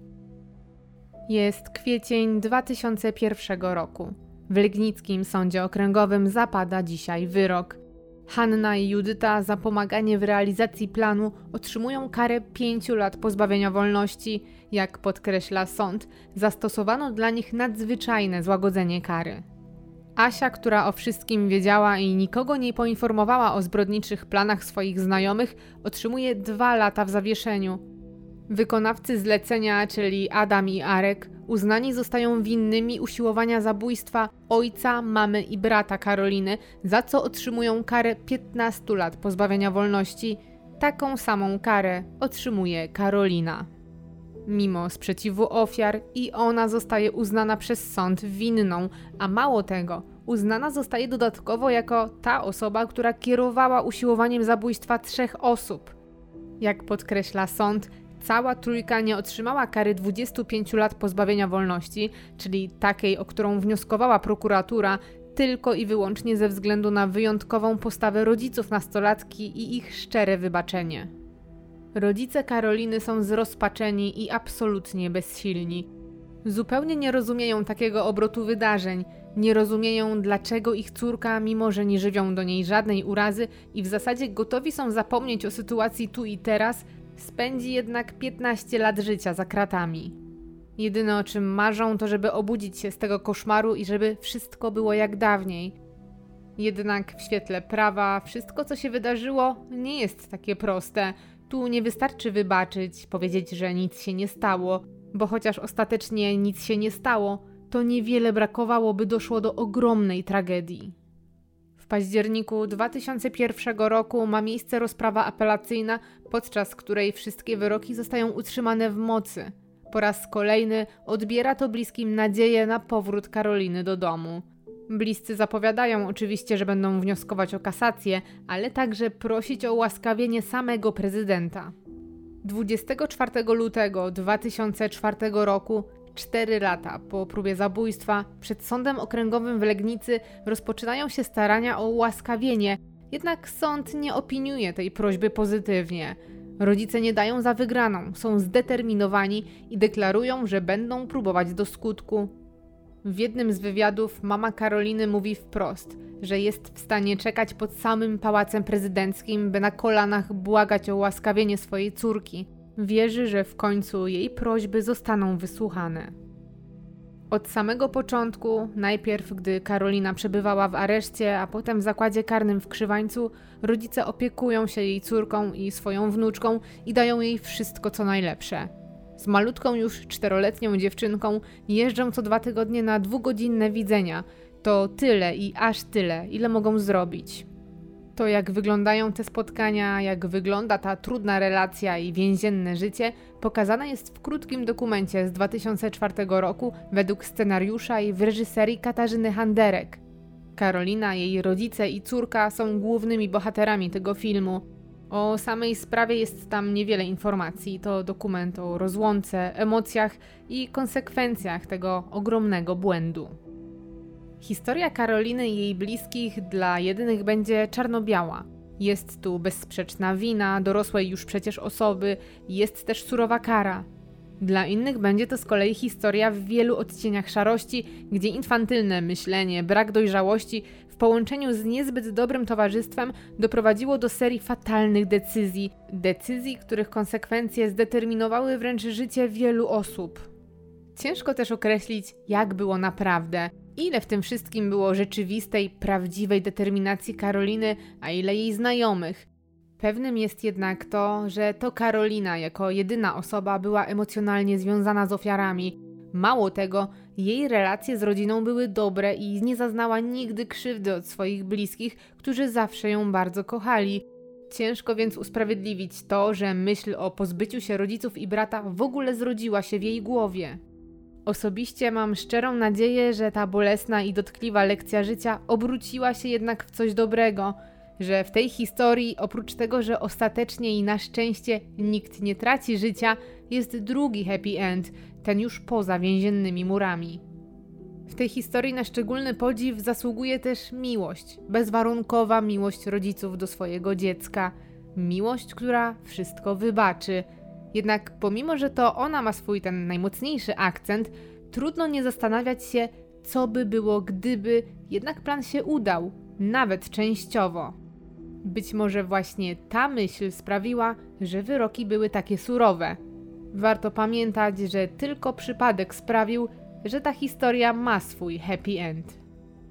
Jest kwiecień 2001 roku. W Legnickim Sądzie Okręgowym zapada dzisiaj wyrok. Hanna i Judyta za pomaganie w realizacji planu otrzymują karę 5 lat pozbawienia wolności. Jak podkreśla sąd, zastosowano dla nich nadzwyczajne złagodzenie kary. Asia, która o wszystkim wiedziała i nikogo nie poinformowała o zbrodniczych planach swoich znajomych, otrzymuje 2 lata w zawieszeniu. Wykonawcy zlecenia, czyli Adam i Arek, uznani zostają winnymi usiłowania zabójstwa ojca, mamy i brata Karoliny, za co otrzymują karę 15 lat pozbawienia wolności. Taką samą karę otrzymuje Karolina. Mimo sprzeciwu ofiar i ona zostaje uznana przez sąd winną, a mało tego, uznana zostaje dodatkowo jako ta osoba, która kierowała usiłowaniem zabójstwa 3 osób. Jak podkreśla sąd, cała trójka nie otrzymała kary 25 lat pozbawienia wolności, czyli takiej, o którą wnioskowała prokuratura, tylko i wyłącznie ze względu na wyjątkową postawę rodziców nastolatki i ich szczere wybaczenie. Rodzice Karoliny są zrozpaczeni i absolutnie bezsilni. Zupełnie nie rozumieją takiego obrotu wydarzeń, nie rozumieją, dlaczego ich córka, mimo że nie żywią do niej żadnej urazy i w zasadzie gotowi są zapomnieć o sytuacji tu i teraz, spędzi jednak 15 lat życia za kratami. Jedyne, o czym marzą, to żeby obudzić się z tego koszmaru i żeby wszystko było jak dawniej. Jednak w świetle prawa wszystko, co się wydarzyło, nie jest takie proste. Tu nie wystarczy wybaczyć, powiedzieć, że nic się nie stało, bo chociaż ostatecznie nic się nie stało, to niewiele brakowało, by doszło do ogromnej tragedii. W październiku 2001 roku ma miejsce rozprawa apelacyjna, podczas której wszystkie wyroki zostają utrzymane w mocy. Po raz kolejny odbiera to bliskim nadzieję na powrót Karoliny do domu. Bliscy zapowiadają oczywiście, że będą wnioskować o kasację, ale także prosić o ułaskawienie samego prezydenta. 24 lutego 2004 roku, 4 lata po próbie zabójstwa, przed Sądem Okręgowym w Legnicy rozpoczynają się starania o ułaskawienie, jednak sąd nie opiniuje tej prośby pozytywnie. Rodzice nie dają za wygraną, są zdeterminowani i deklarują, że będą próbować do skutku. W jednym z wywiadów mama Karoliny mówi wprost, że jest w stanie czekać pod samym Pałacem Prezydenckim, by na kolanach błagać o ułaskawienie swojej córki. Wierzy, że w końcu jej prośby zostaną wysłuchane. Od samego początku, najpierw gdy Karolina przebywała w areszcie, a potem w zakładzie karnym w Krzywańcu, rodzice opiekują się jej córką i swoją wnuczką i dają jej wszystko co najlepsze. Z malutką już 4-letnią dziewczynką jeżdżą co 2 tygodnie na 2-godzinne widzenia. To tyle i aż tyle, ile mogą zrobić. To, jak wyglądają te spotkania, jak wygląda ta trudna relacja i więzienne życie, pokazane jest w krótkim dokumencie z 2004 roku według scenariusza i w reżyserii Katarzyny Handerek. Karolina, jej rodzice i córka są głównymi bohaterami tego filmu. O samej sprawie jest tam niewiele informacji. To dokument o rozłące, emocjach i konsekwencjach tego ogromnego błędu. Historia Karoliny i jej bliskich dla jednych będzie czarno-biała. Jest tu bezsprzeczna wina dorosłej już przecież osoby, jest też surowa kara. Dla innych będzie to z kolei historia w wielu odcieniach szarości, gdzie infantylne myślenie, brak dojrzałości w połączeniu z niezbyt dobrym towarzystwem doprowadziło do serii fatalnych decyzji, których konsekwencje zdeterminowały wręcz życie wielu osób. Ciężko też określić, jak było naprawdę, ile w tym wszystkim było rzeczywistej, prawdziwej determinacji Karoliny, a ile jej znajomych. Pewnym jest jednak to, że to Karolina jako jedyna osoba była emocjonalnie związana z ofiarami. Mało tego, jej relacje z rodziną były dobre i nie zaznała nigdy krzywdy od swoich bliskich, którzy zawsze ją bardzo kochali. Ciężko więc usprawiedliwić to, że myśl o pozbyciu się rodziców i brata w ogóle zrodziła się w jej głowie. Osobiście mam szczerą nadzieję, że ta bolesna i dotkliwa lekcja życia obróciła się jednak w coś dobrego, że w tej historii, oprócz tego, że ostatecznie i na szczęście nikt nie traci życia, jest drugi happy end, ten już poza więziennymi murami. W tej historii na szczególny podziw zasługuje też miłość, bezwarunkowa miłość rodziców do swojego dziecka, miłość, która wszystko wybaczy. Jednak pomimo, że to ona ma swój ten najmocniejszy akcent, trudno nie zastanawiać się, co by było, gdyby jednak plan się udał, nawet częściowo. Być może właśnie ta myśl sprawiła, że wyroki były takie surowe. Warto pamiętać, że tylko przypadek sprawił, że ta historia ma swój happy end.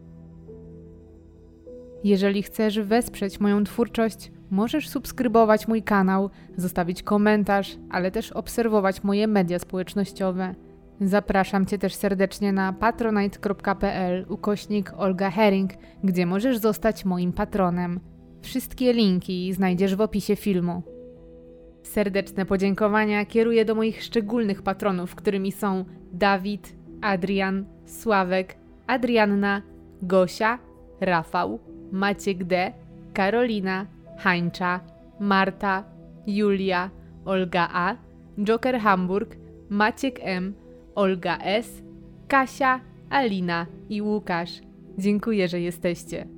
Jeżeli chcesz wesprzeć moją twórczość, możesz subskrybować mój kanał, zostawić komentarz, ale też obserwować moje media społecznościowe. Zapraszam Cię też serdecznie na patronite.pl/Olga Hering, gdzie możesz zostać moim patronem. Wszystkie linki znajdziesz w opisie filmu. Serdeczne podziękowania kieruję do moich szczególnych patronów, którymi są Dawid, Adrian, Sławek, Adrianna, Gosia, Rafał, Maciek D, Karolina, Hańcza, Marta, Julia, Olga A, Joker Hamburg, Maciek M, Olga S, Kasia, Alina i Łukasz. Dziękuję, że jesteście.